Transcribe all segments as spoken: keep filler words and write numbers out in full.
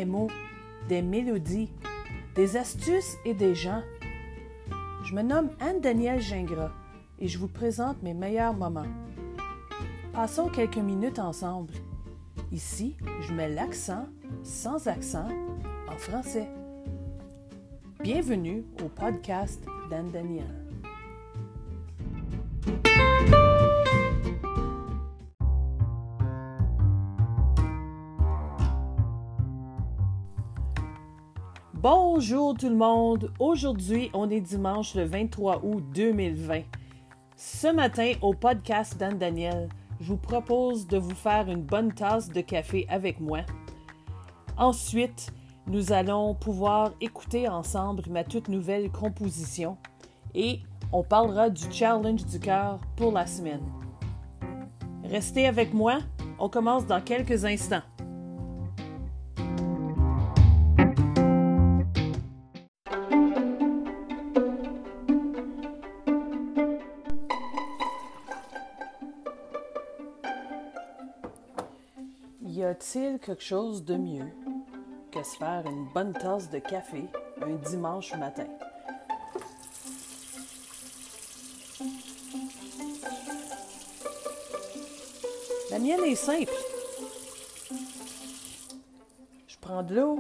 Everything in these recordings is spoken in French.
des mots, des mélodies, des astuces et des gens. Je me nomme Anne-Danielle Gingras et je vous présente mes meilleurs moments. Passons quelques minutes ensemble. Ici, je mets l'accent, sans accent, en français. Bienvenue au podcast d'Anne-Danielle. Bonjour tout le monde! Aujourd'hui, on est dimanche le vingt-trois août deux mille vingt. Ce matin, au podcast d'Anne-Danielle, je vous propose de vous faire une bonne tasse de café avec moi. Ensuite, nous allons pouvoir écouter ensemble ma toute nouvelle composition et on parlera du challenge du cœur pour la semaine. Restez avec moi, on commence dans quelques instants. Y a-t-il quelque chose de mieux que se faire une bonne tasse de café un dimanche matin? La mienne est simple. Je prends de l'eau,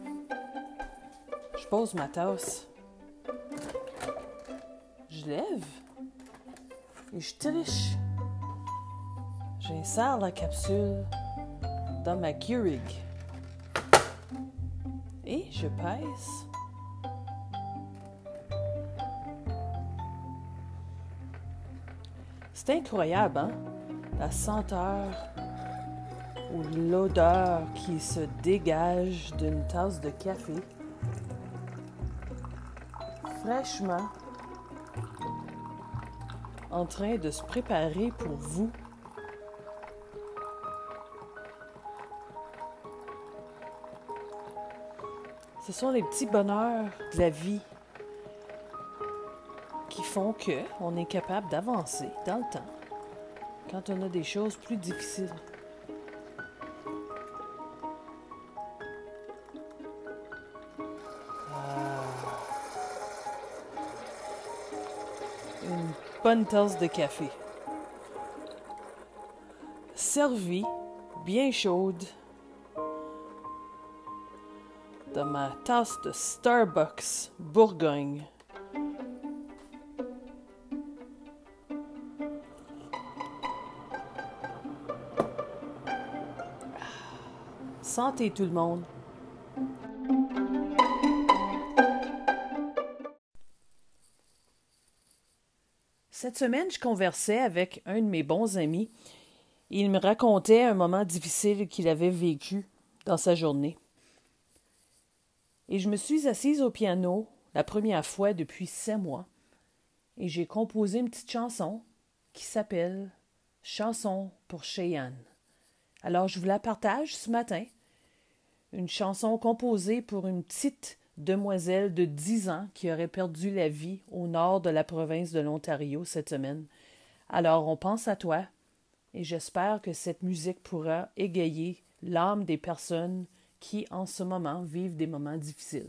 je pose ma tasse, je lève et je triche. J'insère la capsule dans ma Keurig et je pèse. C'est incroyable, hein? La senteur ou l'odeur qui se dégage d'une tasse de café fraîchement en train de se préparer pour vous. Ce sont les petits bonheurs de la vie qui font qu'on est capable d'avancer dans le temps quand on a des choses plus difficiles. Ah. Une bonne tasse de café. Servie, bien chaude, dans ma tasse de Starbucks Bourgogne. Santé tout le monde! Cette semaine, je conversais avec un de mes bons amis. Il me racontait un moment difficile qu'il avait vécu dans sa journée. Et je me suis assise au piano la première fois depuis sept mois et j'ai composé une petite chanson qui s'appelle « Chanson pour Cheyenne ». Alors, je vous la partage ce matin. Une chanson composée pour une petite demoiselle de dix ans qui aurait perdu la vie au nord de la province de l'Ontario cette semaine. Alors, on pense à toi et j'espère que cette musique pourra égayer l'âme des personnes qui, en ce moment, vivent des moments difficiles.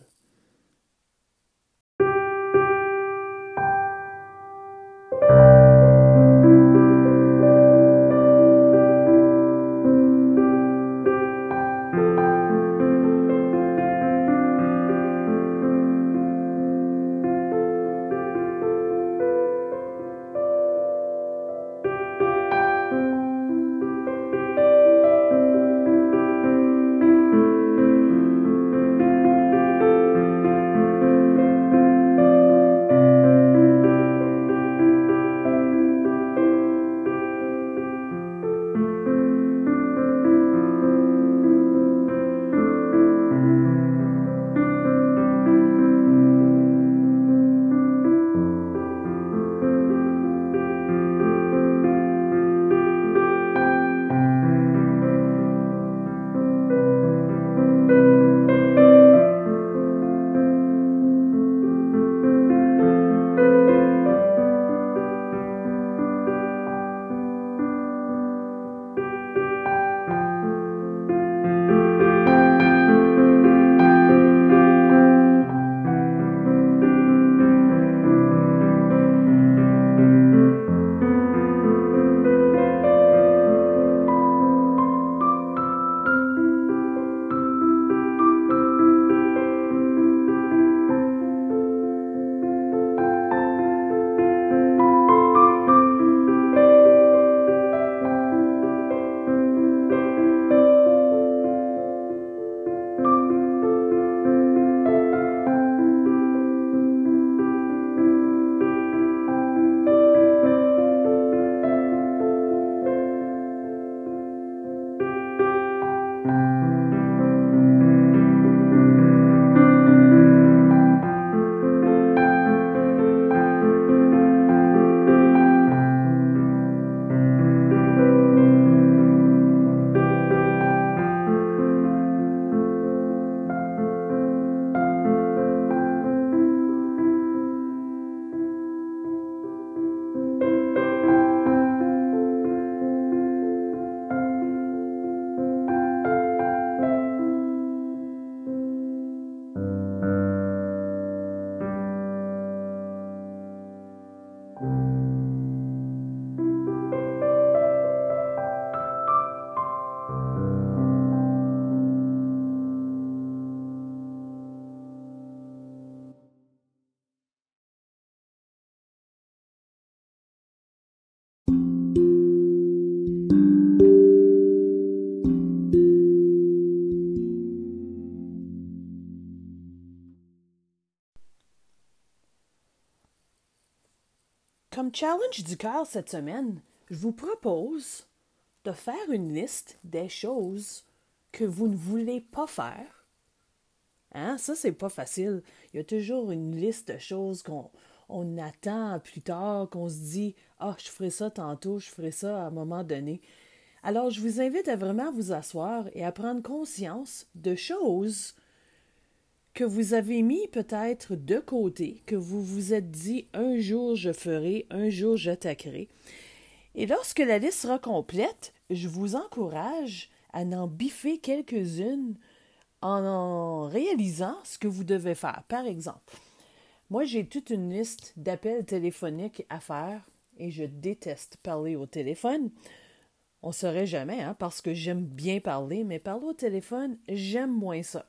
comme challenge du cœur cette semaine, je vous propose de faire une liste des choses que vous ne voulez pas faire. Hein? Ça, c'est pas facile. Il y a toujours une liste de choses qu'on on attend plus tard, qu'on se dit « Ah, je ferai ça tantôt, je ferai ça à un moment donné. » Alors, je vous invite à vraiment vous asseoir et à prendre conscience de choses que vous avez mis peut-être de côté, que vous vous êtes dit « Un jour je ferai, un jour j'attaquerai. » Et lorsque la liste sera complète, je vous encourage à en biffer quelques-unes en, en réalisant ce que vous devez faire. Par exemple, moi j'ai toute une liste d'appels téléphoniques à faire et je déteste parler au téléphone. On ne saurait jamais, hein, parce que j'aime bien parler, mais parler au téléphone, j'aime moins ça.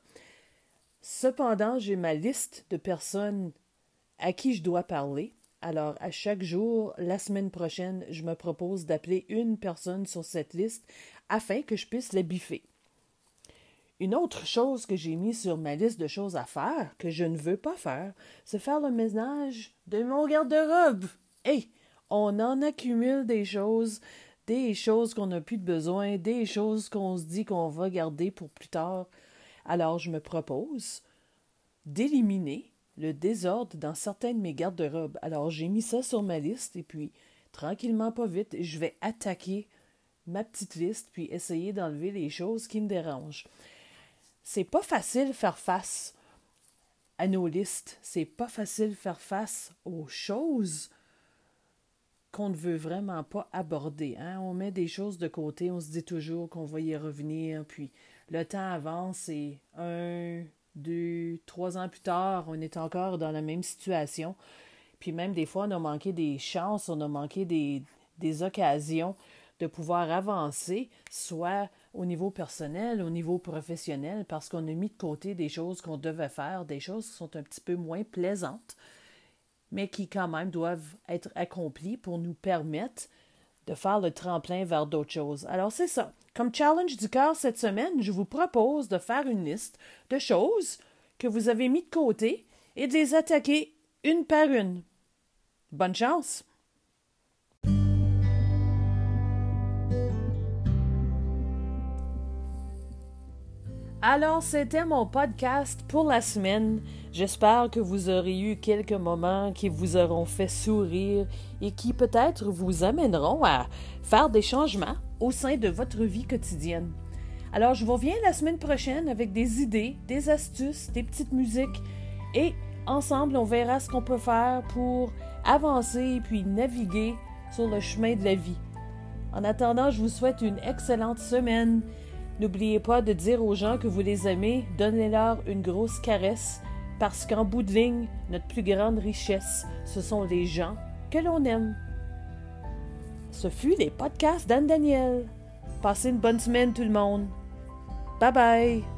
Cependant, j'ai ma liste de personnes à qui je dois parler. Alors, à chaque jour, la semaine prochaine, je me propose d'appeler une personne sur cette liste afin que je puisse la biffer. Une autre chose que j'ai mis sur ma liste de choses à faire, que je ne veux pas faire, c'est faire le ménage de mon garde-robe. Hey, on en accumule des choses, des choses qu'on n'a plus de besoin, des choses qu'on se dit qu'on va garder pour plus tard. Alors, je me propose d'éliminer le désordre dans certains de mes garde-robes. Alors, j'ai mis ça sur ma liste et puis, tranquillement, pas vite, je vais attaquer ma petite liste puis essayer d'enlever les choses qui me dérangent. C'est pas facile faire face à nos listes. C'est pas facile faire face aux choses qu'on ne veut vraiment pas aborder. Hein? On met des choses de côté, on se dit toujours qu'on va y revenir, puis le temps avance et un, deux, trois ans plus tard, on est encore dans la même situation. Puis même des fois, on a manqué des chances, on a manqué des, des occasions de pouvoir avancer, soit au niveau personnel, au niveau professionnel, parce qu'on a mis de côté des choses qu'on devait faire, des choses qui sont un petit peu moins plaisantes, mais qui quand même doivent être accomplies pour nous permettre de faire le tremplin vers d'autres choses. Alors c'est ça. Comme challenge du cœur cette semaine, je vous propose de faire une liste de choses que vous avez mis de côté et de les attaquer une par une. Bonne chance! Alors, c'était mon podcast pour la semaine. J'espère que vous aurez eu quelques moments qui vous auront fait sourire et qui peut-être vous amèneront à faire des changements au sein de votre vie quotidienne. Alors, je vous reviens la semaine prochaine avec des idées, des astuces, des petites musiques et ensemble, on verra ce qu'on peut faire pour avancer puis naviguer sur le chemin de la vie. En attendant, je vous souhaite une excellente semaine. N'oubliez pas de dire aux gens que vous les aimez, donnez-leur une grosse caresse, parce qu'en bout de ligne, notre plus grande richesse, ce sont les gens que l'on aime. Ce fut les podcasts d'Anne Daniel. Passez une bonne semaine tout le monde. Bye bye!